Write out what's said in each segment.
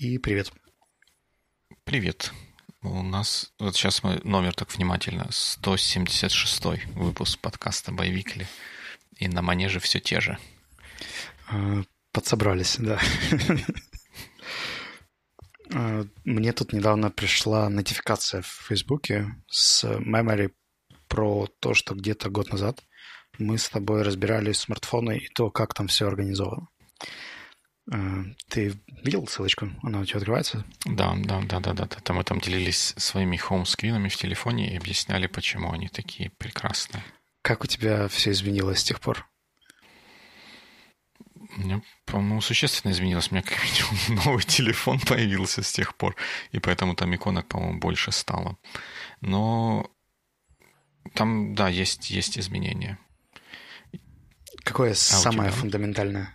И привет. Привет. У нас вот сейчас мы номер так внимательно 176 выпуск подкаста Байвикли. И на манеже все те же. Подсобрались, да. Мне тут недавно пришла нотификация в Фейсбуке с memory про то, что где-то год назад мы с тобой разбирали смартфоны и то, как там все организовано. Ты видел ссылочку? Она у тебя открывается? Да. Мы там делились своими хоум-скринами в телефоне и объясняли, почему они такие прекрасные. Как у тебя все изменилось с тех пор? У меня, по-моему, существенно изменилось. У меня как минимум новый телефон появился с тех пор, и поэтому там иконок, по-моему, больше стало. Но там, да, есть изменения. Какое самое фундаментальное?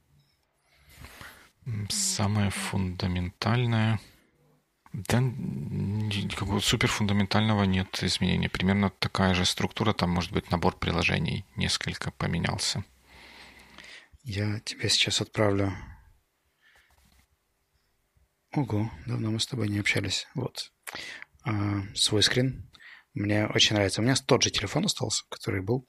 Самое фундаментальное... Да, никакого суперфундаментального нет изменения. Примерно такая же структура. Там, может быть, набор приложений несколько поменялся. Я тебе сейчас отправлю... Ого, давно мы с тобой не общались. Вот. Свой скрин. Мне очень нравится. У меня тот же телефон остался, который был.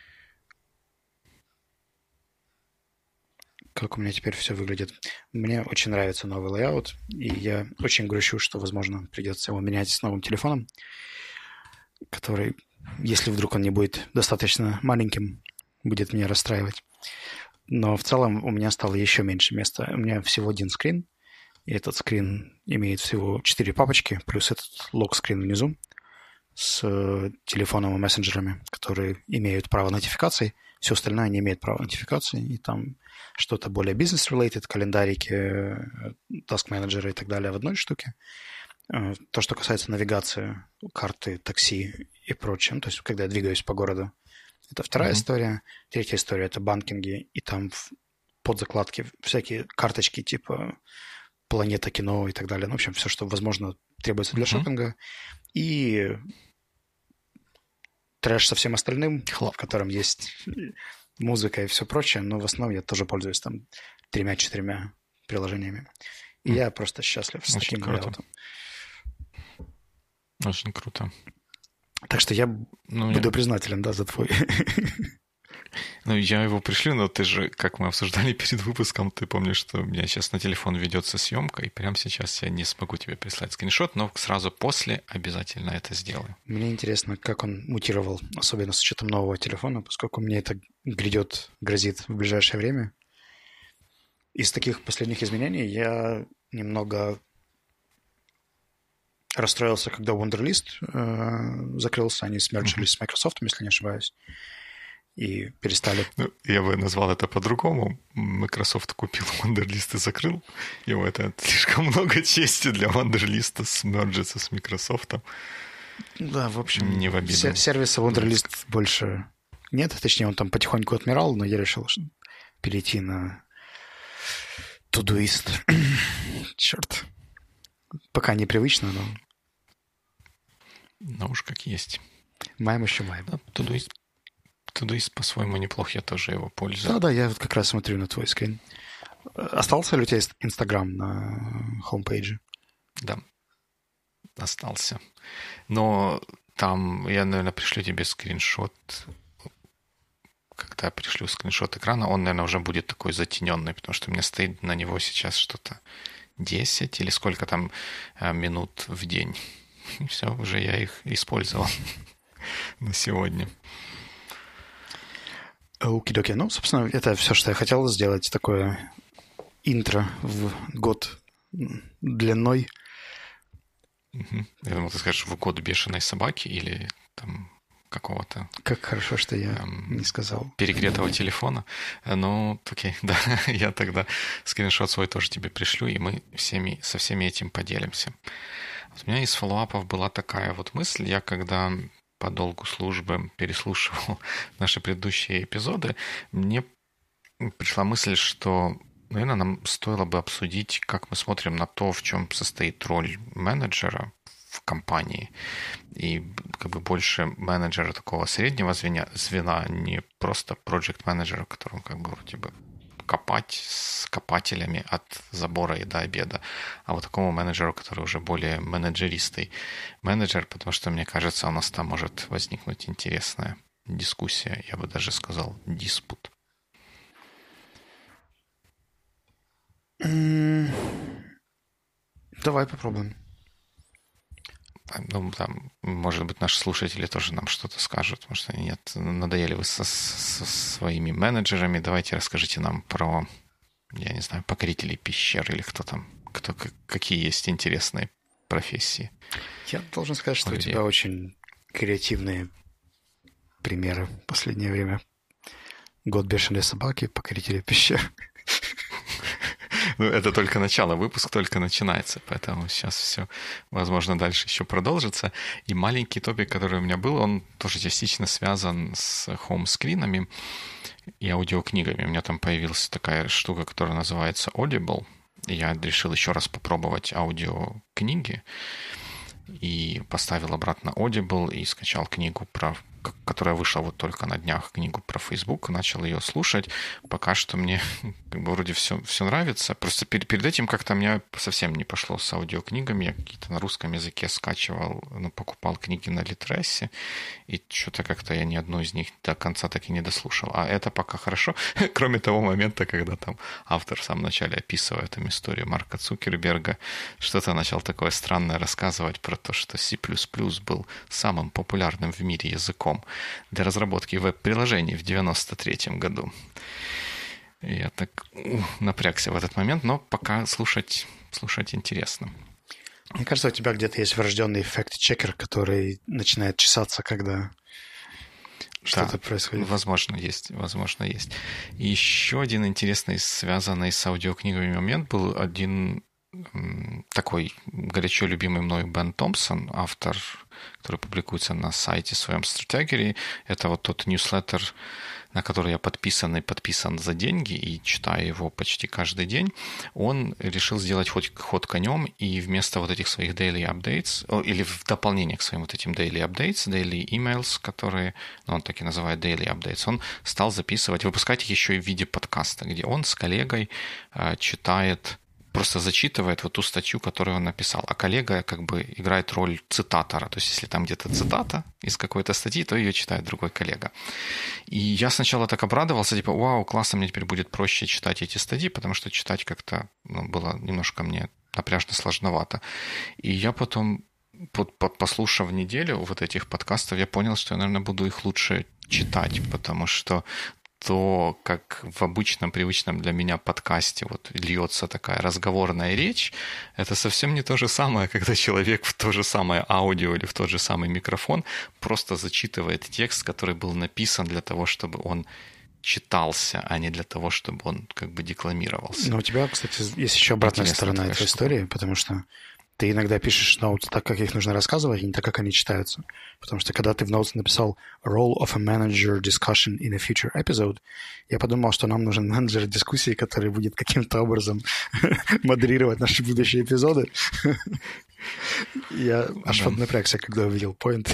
Как у меня теперь все выглядит. Мне очень нравится новый лейаут, и я очень грущу, что, возможно, придется его менять с новым телефоном, который, если вдруг он не будет достаточно маленьким, будет меня расстраивать. Но в целом у меня стало еще меньше места. У меня всего один скрин, и этот скрин имеет всего 4 папочки, плюс этот лог-скрин внизу с телефоном и мессенджерами, которые имеют право нотификаций. Все остальное не имеет права нотификации, и там что-то более business-related, календарики, task-менеджеры и так далее в одной штуке. То, что касается навигации, карты, такси и прочее, то есть когда я двигаюсь по городу, это вторая история. Третья история – это банкинги, и там под закладки всякие карточки типа Планета кино и так далее. Ну, в общем, все, что, возможно, требуется для шопинга. И трэш со всем остальным, в котором есть музыка и все прочее, но в основном я тоже пользуюсь там 3-4 приложениями. И я просто счастлив с таким лейаутом. Очень круто. Так что я буду признателен, да, за твой. Ну, я его пришлю, но ты же, как мы обсуждали перед выпуском, ты помнишь, что у меня сейчас на телефон ведется съемка, и прямо сейчас я не смогу тебе прислать скриншот, но сразу после обязательно это сделаю. Мне интересно, как он мутировал, особенно с учетом нового телефона, поскольку мне это грозит в ближайшее время. Из таких последних изменений я немного расстроился, когда Wunderlist закрылся, они смерчились с Microsoft, если не ошибаюсь, и перестали... Ну, я бы назвал это по-другому. Microsoft купил Wunderlist и закрыл его. Это слишком много чести для Wunderlist смерджиться с Microsoft. Да, в общем, не в обиду. Сервиса Wunderlist больше нет. Точнее, он там потихоньку отмирал, но я решил перейти на Todoist. Черт. Пока непривычно, но... Ну уж как есть. Маем еще маем. Да, Todoist по-своему неплох, я тоже его пользуюсь. Да, я вот как раз смотрю на твой скрин. Остался ли у тебя Инстаграм на хоумпейдже? Да, остался. Но там, я, наверное, пришлю тебе скриншот. Когда пришлю скриншот экрана, он, наверное, уже будет такой затененный, потому что у меня стоит на него сейчас что-то 10 или сколько там минут в день. И все, уже я их использовал на сегодня. Окей-доки. Ну, собственно, это все, что я хотел сделать. Такое интро в год длиной. Я думал, ты скажешь, в год бешеной собаки или там какого-то... Как хорошо, что я не сказал. Перегретого телефона. Ну, окей, да, я тогда скриншот свой тоже тебе пришлю, и мы со всеми этим поделимся. Вот у меня из фоллоуапов была такая вот мысль. Я когда по долгу службы переслушивал наши предыдущие эпизоды, мне пришла мысль, что, наверное, нам стоило бы обсудить, как мы смотрим на то, в чем состоит роль менеджера в компании. И как бы больше менеджера такого среднего звена, не просто project менеджера, которому как бы вроде бы копать с копателями от забора и до обеда, а вот такому менеджеру, который уже более менеджеристый менеджер, потому что, мне кажется, у нас там может возникнуть интересная дискуссия, я бы даже сказал, диспут. Давай попробуем. Ну, там, может быть, наши слушатели тоже нам что-то скажут, потому что нет, надоели вы со своими менеджерами. Давайте расскажите нам про, я не знаю, покорителей пещер или кто там, какие есть интересные профессии. Я должен сказать, что у тебя очень креативные примеры в последнее время. Год бешеной собаки, покорители пещер. Ну, это только начало, выпуск только начинается, поэтому сейчас все, возможно, дальше еще продолжится. И маленький топик, который у меня был, он тоже частично связан с хоум-скринами и аудиокнигами. У меня там появилась такая штука, которая называется Audible. И я решил еще раз попробовать аудиокниги и поставил обратно Audible и скачал книгу которая вышла вот только на днях, книгу про Facebook, начал ее слушать. Пока что мне как бы вроде все нравится. Просто перед этим как-то мне совсем не пошло с аудиокнигами. Я какие-то на русском языке скачивал, покупал книги на Литресе, и что-то как-то я ни одну из них до конца так и не дослушал. А это пока хорошо, кроме того момента, когда там автор в самом начале, описывая там историю Марка Цукерберга, что-то начал такое странное рассказывать про то, что C++ был самым популярным в мире языком для разработки веб-приложений в 1993 году. Я так напрягся в этот момент, но пока слушать интересно. Мне кажется, у тебя где-то есть врожденный факт-чекер, который начинает чесаться, когда что-то происходит. Возможно, есть. И еще один интересный, связанный с аудиокнигами момент был один такой горячо любимый мной Бен Томпсон, автор, который публикуется на сайте своем Strategy. Это вот тот ньюслеттер, на который я подписан за деньги и читаю его почти каждый день. Он решил сделать ход конем, и вместо вот этих своих daily updates, или в дополнение к своим вот этим daily updates, daily emails, которые, он так и называет daily updates, он стал выпускать их еще и в виде подкаста, где он с коллегой читает, просто зачитывает вот ту статью, которую он написал. А коллега как бы играет роль цитатора. То есть, если там где-то цитата из какой-то статьи, то ее читает другой коллега. И я сначала так обрадовался, типа, вау, классно, мне теперь будет проще читать эти статьи, потому что читать как-то было немножко мне напряжно сложновато. И я потом, послушав неделю вот этих подкастов, я понял, что я, наверное, буду их лучше читать, потому что то, как в обычном, привычном для меня подкасте вот льется такая разговорная речь, это совсем не то же самое, когда человек в то же самое аудио или в тот же самый микрофон просто зачитывает текст, который был написан для того, чтобы он читался, а не для того, чтобы он как бы декламировался. Но у тебя, кстати, есть еще обратная сторона этой истории, потому что ты иногда пишешь ноутс так, как их нужно рассказывать, и не так, как они читаются. Потому что когда ты в ноутс написал «Role of a manager discussion in a future episode», я подумал, что нам нужен менеджер дискуссии, который будет каким-то образом модерировать наши будущие эпизоды. Я аж напрягся, когда увидел point.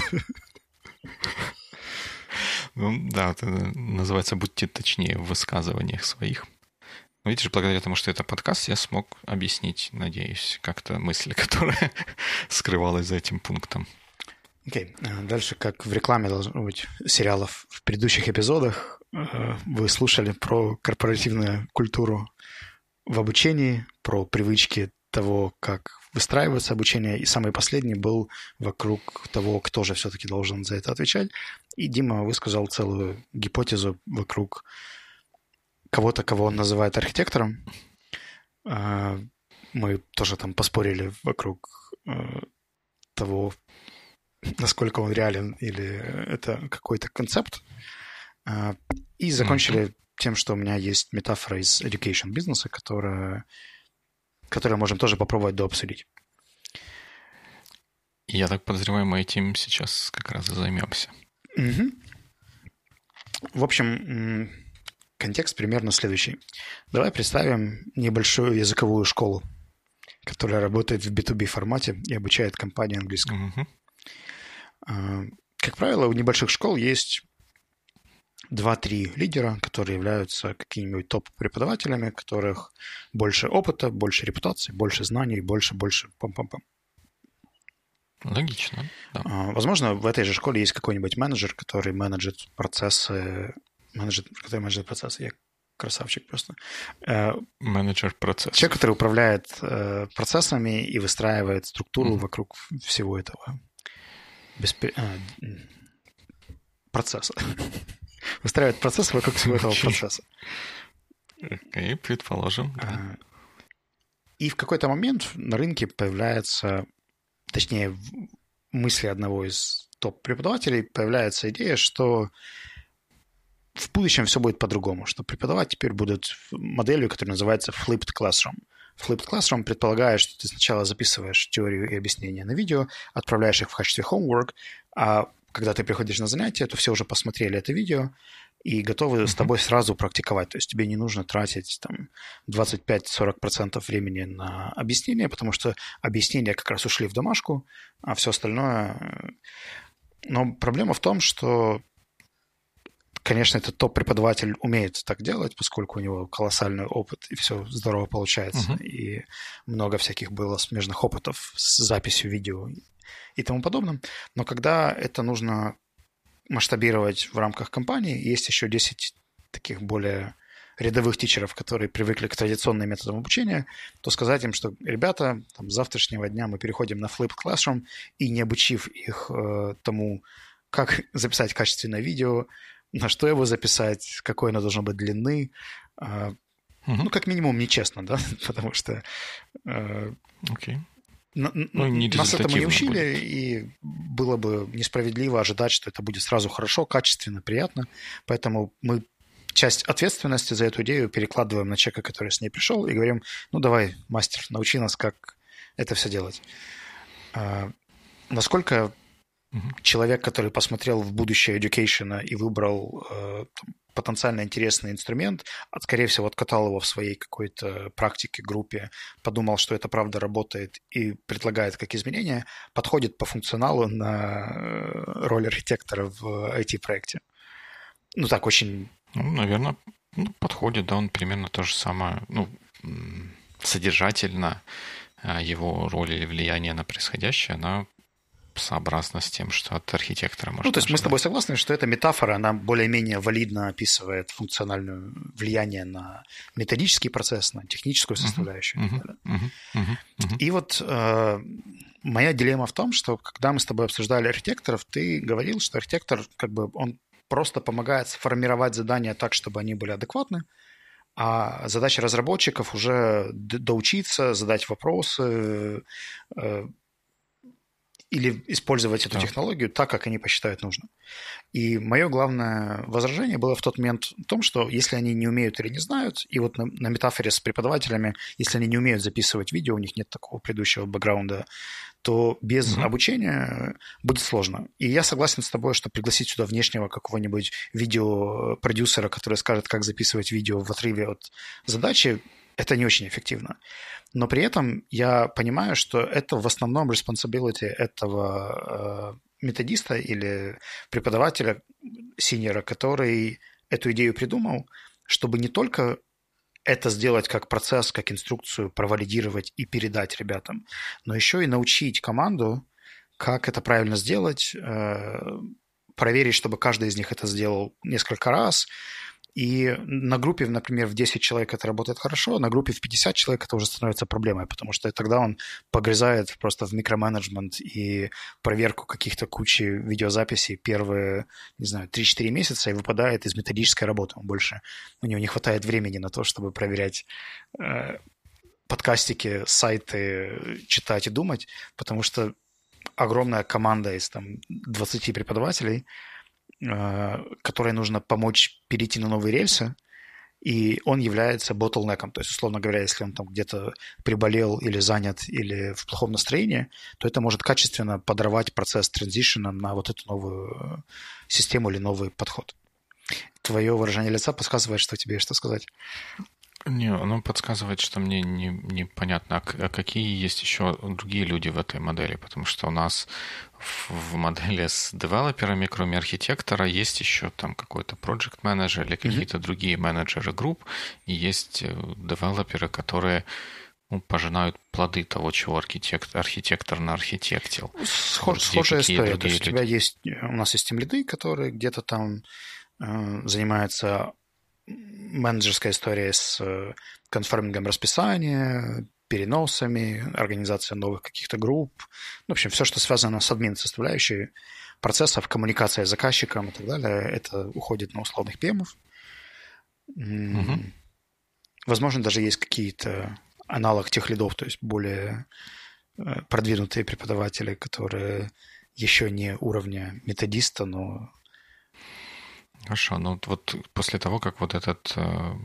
Ну да, это называется «Будьте точнее в высказываниях своих». Но видишь, благодаря тому, что это подкаст, я смог объяснить, надеюсь, как-то мысль, которая скрывалась за этим пунктом. Окей. Дальше, как в рекламе должно быть сериалов в предыдущих эпизодах, вы слушали про корпоративную культуру в обучении, про привычки того, как выстраивается обучение. И самый последний был вокруг того, кто же все-таки должен за это отвечать. И Дима высказал целую гипотезу вокруг кого-то, кого он называет архитектором. Мы тоже там поспорили вокруг того, насколько он реален или это какой-то концепт. И закончили тем, что у меня есть метафора из education бизнеса, которую можем тоже попробовать дообсудить. Я так подозреваю, мы этим сейчас как раз и займемся. Угу. В общем, контекст примерно следующий. Давай представим небольшую языковую школу, которая работает в B2B формате и обучает компании английскому. Как правило, у небольших школ есть 2-3 лидера, которые являются какими-нибудь топ-преподавателями, у которых больше опыта, больше репутации, больше знаний, больше пам-пам-пам. Логично, да. Возможно, в этой же школе есть какой-нибудь менеджер, который менеджит процессы. Я красавчик просто. Менеджер процессов. Человек, который управляет процессами и выстраивает структуру вокруг всего этого процесса. Выстраивает процесс вокруг всего этого процесса. Окей, предположим. Да. И в какой-то момент на рынке появляется, точнее, в мысли одного из топ-преподавателей появляется идея, что в будущем все будет по-другому, что преподавать теперь будут моделью, которая называется Flipped Classroom. Flipped Classroom предполагает, что ты сначала записываешь теорию и объяснения на видео, отправляешь их в качестве homework, а когда ты приходишь на занятия, то все уже посмотрели это видео и готовы с тобой сразу практиковать. То есть тебе не нужно тратить там 25-40% времени на объяснение, потому что объяснения как раз ушли в домашку, а все остальное... Но проблема в том, что, конечно, этот топ-преподаватель умеет так делать, поскольку у него колоссальный опыт, и все здорово получается. И много всяких было смежных опытов с записью видео и тому подобным. Но когда это нужно масштабировать в рамках компании, есть еще 10 таких более рядовых тичеров, которые привыкли к традиционным методам обучения, то сказать им, что, ребята, там, с завтрашнего дня мы переходим на Flipped Classroom, и не обучив их тому, как записать качественное видео, на что его записать, какой оно должно быть длины, ну, как минимум, нечестно, да, потому что... Нас этому не учили, будет. И было бы несправедливо ожидать, что это будет сразу хорошо, качественно, приятно. Поэтому мы часть ответственности за эту идею перекладываем на человека, который с ней пришел, и говорим, ну давай, мастер, научи нас, как это все делать. Насколько человек, который посмотрел в будущее education и выбрал потенциально интересный инструмент, скорее всего, откатал его в своей какой-то практике, группе, подумал, что это правда работает и предлагает как изменения, подходит по функционалу на роль архитектора в IT-проекте. Ну, так очень... Ну, наверное, подходит, да, он примерно то же самое, содержательно его роль или влияние на происходящее, она сообразно с тем, что от архитектора можно то есть мы с тобой согласны, что эта метафора, она более-менее валидно описывает функциональное влияние на методический процесс, на техническую составляющую. И вот моя дилемма в том, что когда мы с тобой обсуждали архитекторов, ты говорил, что архитектор, он просто помогает сформировать задания так, чтобы они были адекватны, а задача разработчиков уже доучиться, задать вопросы, или использовать эту технологию так, как они посчитают нужным. И мое главное возражение было в тот момент в том, что если они не умеют или не знают, и вот на метафоре с преподавателями, если они не умеют записывать видео, у них нет такого предыдущего бэкграунда, то без обучения будет сложно. И я согласен с тобой, что пригласить сюда внешнего какого-нибудь видеопродюсера, который скажет, как записывать видео в отрыве от задачи, это не очень эффективно. Но при этом я понимаю, что это в основном responsibility этого методиста или преподавателя, синьора, который эту идею придумал, чтобы не только это сделать как процесс, как инструкцию, провалидировать и передать ребятам, но еще и научить команду, как это правильно сделать, проверить, чтобы каждый из них это сделал несколько раз. И на группе, например, в 10 человек это работает хорошо, а на группе в 50 человек это уже становится проблемой, потому что тогда он погрязает просто в микроменеджмент и проверку каких-то кучи видеозаписей первые, не знаю, 3-4 месяца и выпадает из методической работы. У него не хватает времени на то, чтобы проверять подкастики, сайты, читать и думать, потому что огромная команда из 20 преподавателей, которой нужно помочь перейти на новые рельсы, и он является ботлнеком. То есть, условно говоря, если он там где-то приболел или занят, или в плохом настроении, то это может качественно подорвать процесс транзишена на вот эту новую систему или новый подход. Твое выражение лица подсказывает, что тебе что сказать. Не, оно подсказывает, что мне непонятно, а какие есть еще другие люди в этой модели, потому что у нас в модели с девелоперами, кроме архитектора, есть еще там какой-то project менеджер или какие-то другие менеджеры групп, и есть девелоперы, которые пожинают плоды того, чего архитектор на-архитектил. Схожая история. То есть у нас есть тимлиды, которые где-то там занимаются менеджерской историей с конформингом расписания, переносами, организацией новых каких-то групп. В общем, все, что связано с админ-составляющей процессов, коммуникация с заказчиком и так далее, это уходит на условных ПМов. Возможно, даже есть какие-то аналог тех лидов, то есть более продвинутые преподаватели, которые еще не уровня методиста, но... Хорошо, ну вот после того, как вот этот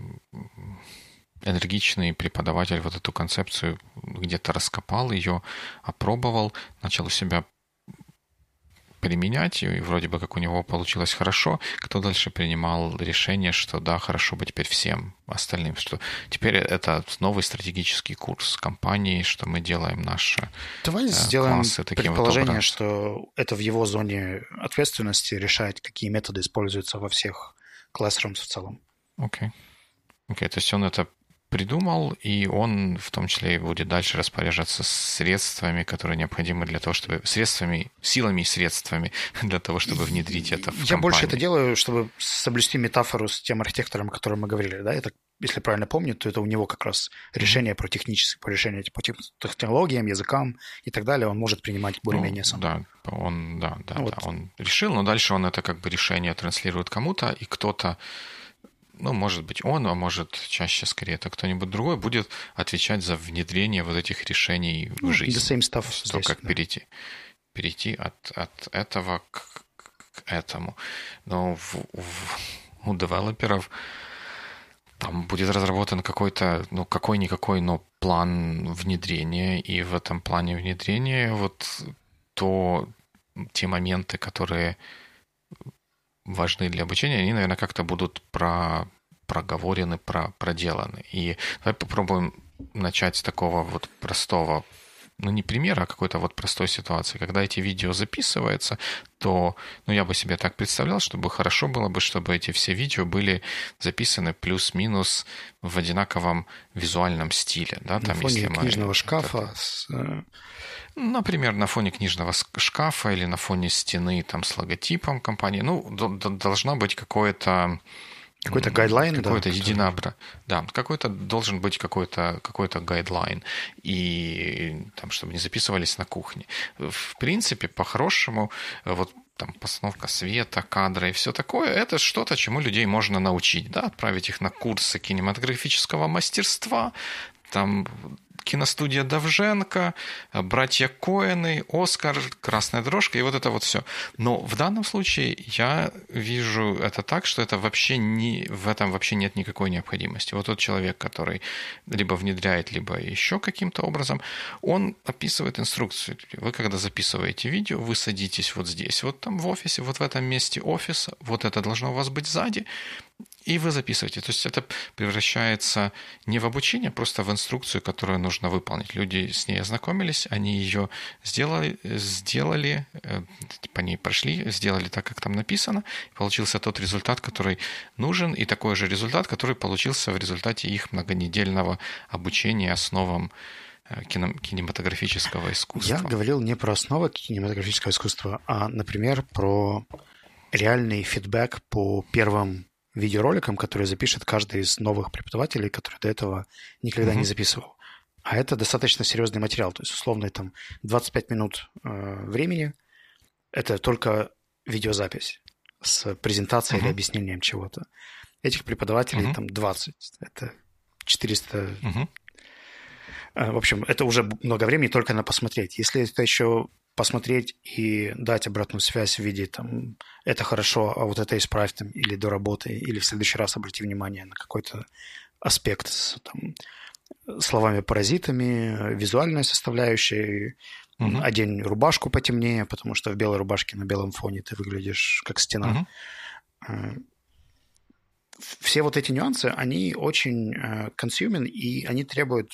энергичный преподаватель вот эту концепцию где-то раскопал ее, опробовал, начал у себя применять, и вроде бы как у него получилось хорошо, кто дальше принимал решение, что да, хорошо бы теперь всем остальным, что теперь это новый стратегический курс компании, что мы делаем наши Давай сделаем таким предположение, вот что это в его зоне ответственности решать, какие методы используются во всех classrooms в целом. Окей, то есть он это придумал, и он в том числе и будет дальше распоряжаться средствами, которые необходимы для того, чтобы... силами и средствами для того, чтобы внедрить это в компанию. Я больше это делаю, чтобы соблюсти метафору с тем архитектором, о котором мы говорили. Да? Это, если правильно помню, то это у него как раз решение по решению по технологиям, языкам и так далее. Он может принимать более-менее сам. Да, он решил, но дальше он это как бы решение транслирует кому-то, и кто-то, может быть он, а может чаще скорее это кто-нибудь другой, будет отвечать за внедрение вот этих решений в жизнь. The same stuff здесь, как перейти от этого к этому. Но у девелоперов там будет разработан какой-то, какой-никакой, но план внедрения, и в этом плане внедрения те моменты, которые важны для обучения, они, наверное, как-то будут проговорены, проделаны. И давай попробуем начать с такого вот простого, не примера, а какой-то вот простой ситуации. Когда эти видео записываются, то, я бы себе так представлял, чтобы хорошо было бы, чтобы эти все видео были записаны плюс-минус в одинаковом визуальном стиле. Да? На фоне книжного шкафа. Например, на фоне книжного шкафа или на фоне стены там с логотипом компании. Должна быть какой-то гайдлайн, какой-то единобра. Да, должен быть какой-то гайдлайн. И там, чтобы не записывались на кухне. В принципе, по-хорошему, там постановка света, кадра и все такое, это что-то, чему людей можно научить. Да? Отправить их на курсы кинематографического мастерства, там киностудия Довженко, братья Коэны, Оскар, Красная дорожка и вот это вот все. Но в данном случае я вижу это так, что это в этом вообще нет никакой необходимости. Вот тот человек, который либо внедряет, либо еще каким-то образом, он описывает инструкцию. Вы, когда записываете видео, вы садитесь вот здесь, вот там в офисе, вот в этом месте офиса, вот это должно у вас быть сзади, и вы записываете. То есть это превращается не в обучение, а просто в инструкцию, которую нужно выполнить. Люди с ней ознакомились, они ее сделали, по ней прошли, сделали так, как там написано. И получился тот результат, который нужен, и такой же результат, который получился в результате их многонедельного обучения основам кинематографического искусства. Я говорил не про основы кинематографического искусства, а, например, про реальный фидбэк по первым видеороликам, которые запишет каждый из новых преподавателей, который до этого никогда не записывал. А это достаточно серьезный материал. То есть, условно, там 25 минут времени – это только видеозапись с презентацией или объяснением чего-то. Этих преподавателей там 20. Это 400... В общем, это уже много времени только на посмотреть. Если это еще посмотреть и дать обратную связь в виде там это хорошо, а вот это исправь там, или доработай, или в следующий раз обрати внимание на какой-то аспект с там, словами-паразитами, визуальной составляющей, одень рубашку потемнее, потому что в белой рубашке на белом фоне ты выглядишь как стена. все вот эти нюансы, они очень consuming, и они требуют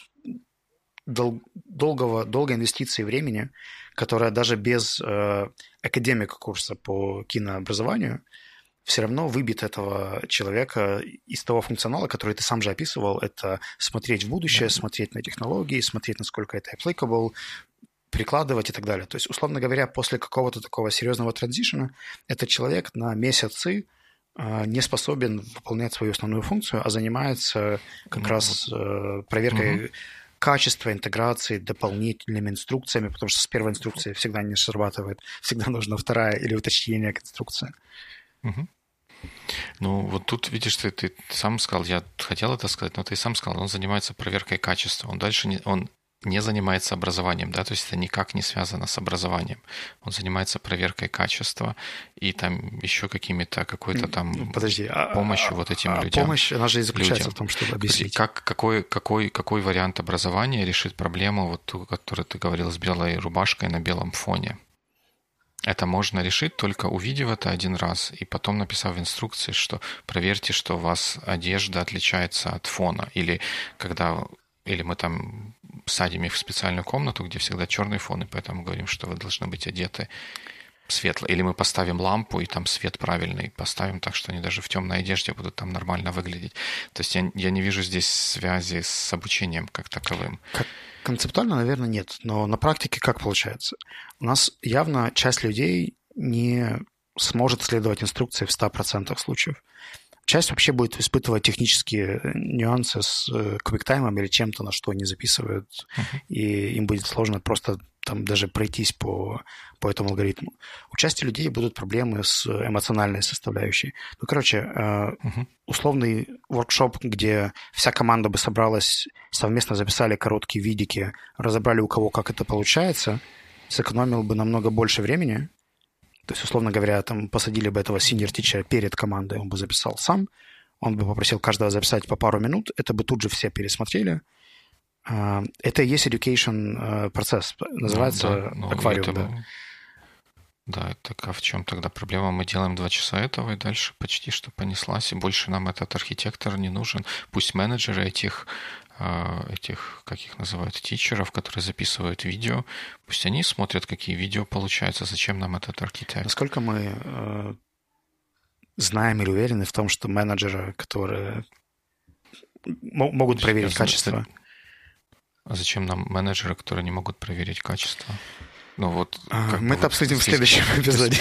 долгой инвестиции времени, которая даже без академика курса по кинообразованию все равно выбит этого человека из того функционала, который ты сам же описывал. Это смотреть в будущее, смотреть на технологии, смотреть, насколько это applicable, прикладывать и так далее. То есть, условно говоря, после какого-то такого серьезного транзишена этот человек на месяцы не способен выполнять свою основную функцию, а занимается как раз проверкой качества интеграции, дополнительными инструкциями, потому что с первой инструкцией всегда не срабатывает, всегда нужна вторая или уточнение к инструкции. Ну, вот тут, видишь, ты сам сказал, я хотел это сказать, но ты сам сказал, он занимается проверкой качества, он дальше не занимается образованием, да, то есть это никак не связано с образованием. Он занимается проверкой качества и там еще какой-то там помощью вот этим людям. Помощь, она же и заключается в том, чтобы объяснить. Какой вариант образования решит проблему, вот ту, которую ты говорил, с белой рубашкой на белом фоне? Это можно решить, только увидев это один раз и потом написав в инструкции, что проверьте, что у вас одежда отличается от фона. Или мы там садим их в специальную комнату, где всегда черный фон, и поэтому говорим, что вы должны быть одеты светло. Или мы поставим лампу, и там свет правильный поставим так, что они даже в темной одежде будут там нормально выглядеть. То есть я не вижу здесь связи с обучением как таковым. Концептуально, наверное, нет. Но на практике как получается? У нас явно часть людей не сможет следовать инструкции в 100% случаев. Часть вообще будет испытывать технические нюансы с QuickTime или чем-то, на что они записывают, и им будет сложно просто там даже пройтись по этому алгоритму. У части людей будут проблемы с эмоциональной составляющей. Ну, короче, условный воркшоп, где вся команда бы собралась, совместно записали короткие видики, разобрали у кого как это получается, сэкономил бы намного больше времени. То есть, условно говоря, там посадили бы этого senior teacher перед командой, он бы записал сам, он бы попросил каждого записать по пару минут, это бы тут же все пересмотрели. Это и есть education процесс, называется аквариум. Да, так а в чем тогда проблема? Мы делаем 2 часа этого, и дальше почти что понеслась, и больше нам этот архитектор не нужен. Пусть менеджеры этих, как их называют, тичеров, которые записывают видео, пусть они смотрят, какие видео получаются, зачем нам этот архитектор? Насколько мы знаем или уверены в том, что менеджеры, которые могут проверить качество... А зачем нам менеджеры, которые не могут проверить качество? Ну вот, мы это обсудим в следующем эпизоде.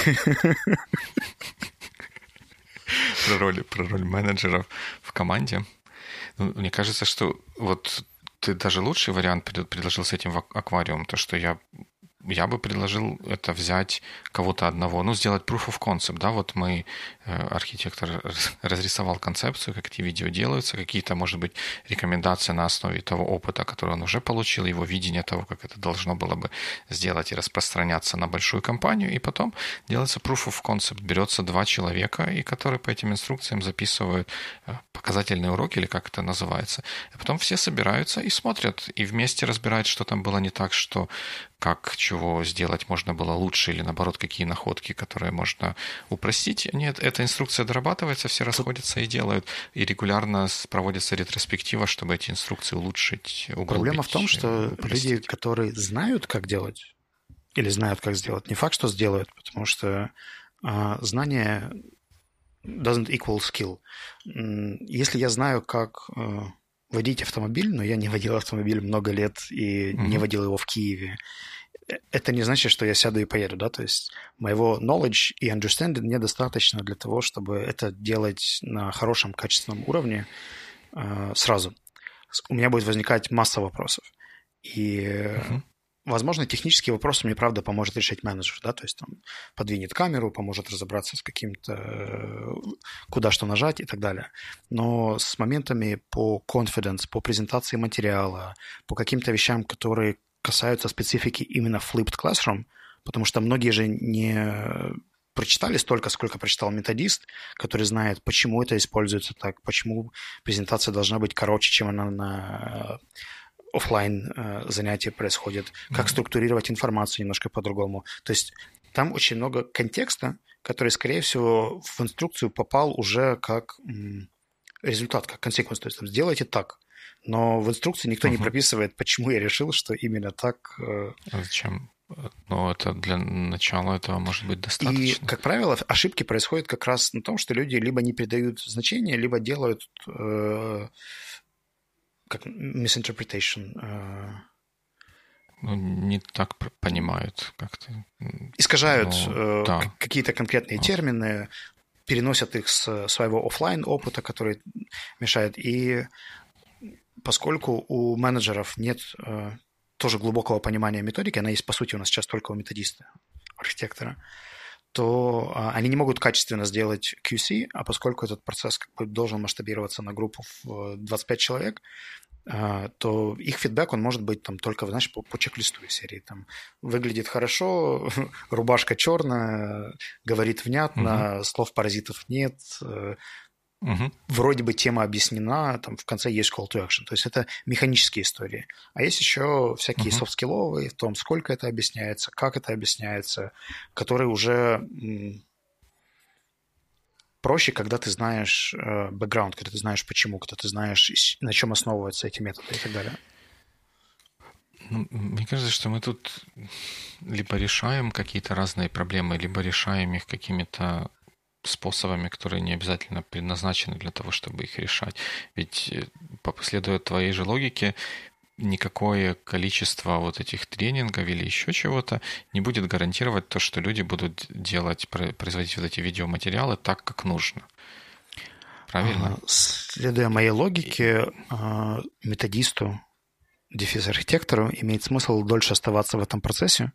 Про роль менеджеров в команде. Мне кажется, что вот ты даже лучший вариант предложил с этим аквариумом, то, что я бы предложил это взять кого-то одного, сделать proof of concept, да, вот архитектор разрисовал концепцию, как эти видео делаются, какие-то, может быть, рекомендации на основе того опыта, который он уже получил, его видение того, как это должно было бы сделать и распространяться на большую компанию, и потом делается proof of concept, берется 2 человека, и которые по этим инструкциям записывают показательные уроки, или как это называется, и потом все собираются и смотрят, и вместе разбирают, что там было не так, как чего сделать можно было лучше, или наоборот, какие находки, которые можно упростить. Нет, эта инструкция дорабатывается, все расходятся и делают. И регулярно проводится ретроспектива, чтобы эти инструкции улучшить, углубить. Проблема в том, что люди, которые знают, как делать, или знают, как сделать, не факт, что сделают, потому что знание doesn't equal skill. Если я знаю, как водить автомобиль, но я не водил автомобиль много лет и не водил его в Киеве, это не значит, что я сяду и поеду, да, то есть моего knowledge и understanding недостаточно для того, чтобы это делать на хорошем, качественном уровне сразу. У меня будет возникать масса вопросов. И, возможно, технические вопросы мне, правда, поможет решить менеджер, да, то есть там подвинет камеру, поможет разобраться с каким-то, куда что нажать и так далее. Но с моментами по confidence, по презентации материала, по каким-то вещам, которые касаются специфики именно flipped classroom, потому что многие же не прочитали столько, сколько прочитал методист, который знает, почему это используется так, почему презентация должна быть короче, чем она на офлайн занятия происходит, как структурировать информацию немножко по-другому. То есть там очень много контекста, который, скорее всего, в инструкцию попал уже как результат, как consequence, то есть там, сделайте так. Но в инструкции никто не прописывает, почему я решил, что именно так. А зачем? Ну, это для начала этого может быть достаточно. И, как правило, ошибки происходят как раз на том, что люди либо не придают значения, либо делают как misinterpretation. Ну, не так понимают как-то. Искажают да. какие-то конкретные термины, переносят их с своего офлайн опыта, который мешает. И поскольку у менеджеров нет тоже глубокого понимания методики, она есть, по сути, у нас сейчас только у методиста, архитектора, то они не могут качественно сделать QC, а поскольку этот процесс как бы должен масштабироваться на группу в 25 человек, то их фидбэк, он может быть там только, знаешь, по чек-листу из серии. Там выглядит хорошо, рубашка черная, говорит внятно, слов паразитов нет, вроде бы тема объяснена, там в конце есть call to action. То есть это механические истории. А есть еще всякие софт-скилловые в том, сколько это объясняется, как это объясняется, которые уже проще, когда ты знаешь бэкграунд, когда ты знаешь почему, когда ты знаешь, на чем основываются эти методы и так далее. Ну, мне кажется, что мы тут либо решаем какие-то разные проблемы, либо решаем их какими-то способами, которые не обязательно предназначены для того, чтобы их решать. Ведь, последуя твоей же логике, никакое количество вот этих тренингов или еще чего-то не будет гарантировать то, что люди будут производить вот эти видеоматериалы так, как нужно. Правильно? Следуя моей логике, методисту, архитектору имеет смысл дольше оставаться в этом процессе.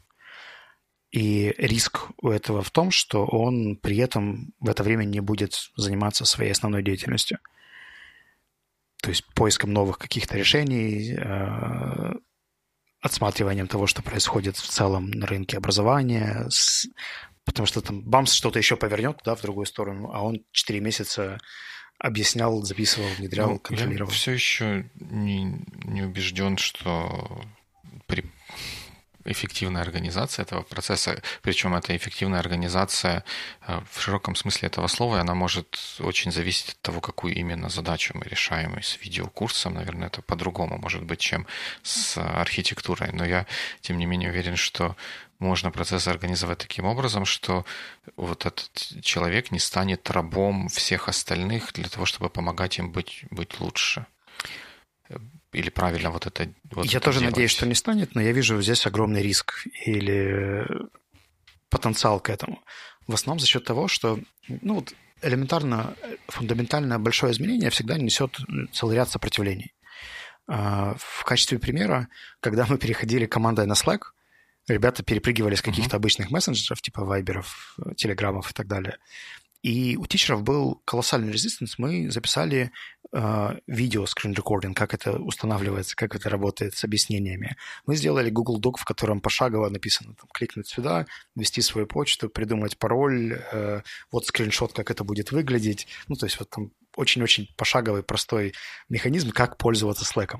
И риск у этого в том, что он при этом в это время не будет заниматься своей основной деятельностью. То есть поиском новых каких-то решений, отсматриванием того, что происходит в целом на рынке образования, потому что там бамс что-то еще повернет туда, в другую сторону, а он 4 месяца объяснял, записывал, внедрял, контролировал. Я все еще не убежден, что при эффективная организация этого процесса, причем эта эффективная организация в широком смысле этого слова, она может очень зависеть от того, какую именно задачу мы решаем. И с видеокурсом, наверное, это по-другому может быть, чем с архитектурой. Но я, тем не менее, уверен, что можно процесс организовать таким образом, что вот этот человек не станет рабом всех остальных для того, чтобы помогать им быть лучше. Или правильно вот это Я тоже делать? Надеюсь, что не станет, но я вижу здесь огромный риск или потенциал к этому. В основном за счет того, что элементарно, фундаментально большое изменение всегда несет целый ряд сопротивлений. В качестве примера, когда мы переходили командой на Slack, ребята перепрыгивали с каких-то обычных мессенджеров, типа вайберов, телеграммов и так далее. И у тичеров был колоссальный резистанс. Мы записали видео скрин-рекординг, как это устанавливается, как это работает с объяснениями. Мы сделали Google Doc, в котором пошагово написано, там, кликнуть сюда, ввести свою почту, придумать пароль, вот скриншот, как это будет выглядеть. Ну, то есть вот там очень-очень пошаговый, простой механизм, как пользоваться Slack.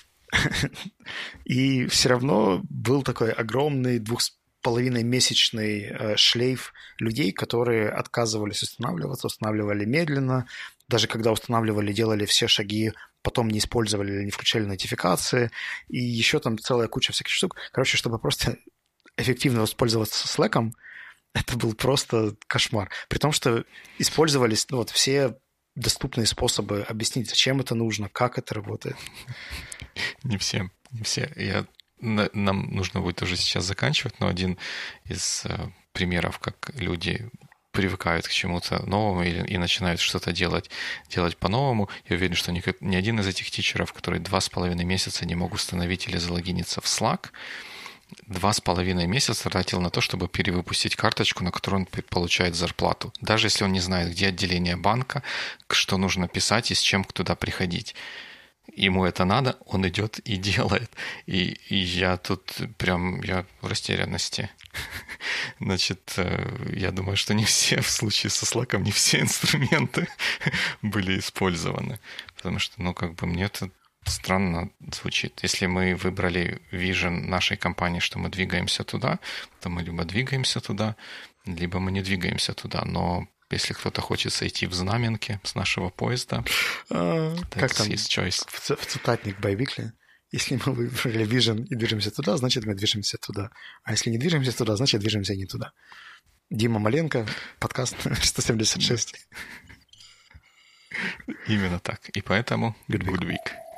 И все равно был такой огромный 2,5-месячный шлейф людей, которые отказывались устанавливали медленно, даже когда устанавливали, делали все шаги, потом не использовали или не включали нотификации, и еще там целая куча всяких штук. Короче, чтобы просто эффективно воспользоваться Slack'ом, это был просто кошмар. При том, что использовались все доступные способы объяснить, зачем это нужно, как это работает. Не все. Нам нужно будет уже сейчас заканчивать, но один из примеров, как люди привыкают к чему-то новому и начинают что-то делать по-новому. Я уверен, что ни один из этих тичеров, которые 2,5 месяца не мог установить или залогиниться в Slack, 2,5 месяца тратил на то, чтобы перевыпустить карточку, на которую он получает зарплату. Даже если он не знает, где отделение банка, что нужно писать и с чем туда приходить. Ему это надо, он идет и делает. И я тут я в растерянности. Значит, я думаю, что не все, в случае со Slack, не все инструменты были использованы. Потому что, мне это странно звучит. Если мы выбрали вижен нашей компании, что мы двигаемся туда, то мы либо двигаемся туда, либо мы не двигаемся туда. Но Если кто-то хочет сойти в Знаменке с нашего поезда, как там his choice. в цитатник Байвикли? Если мы выбрали Vision и движемся туда, значит, мы движемся туда. А если не движемся туда, значит, движемся не туда. Дима Маленко, подкаст 176. Именно так. И поэтому good week.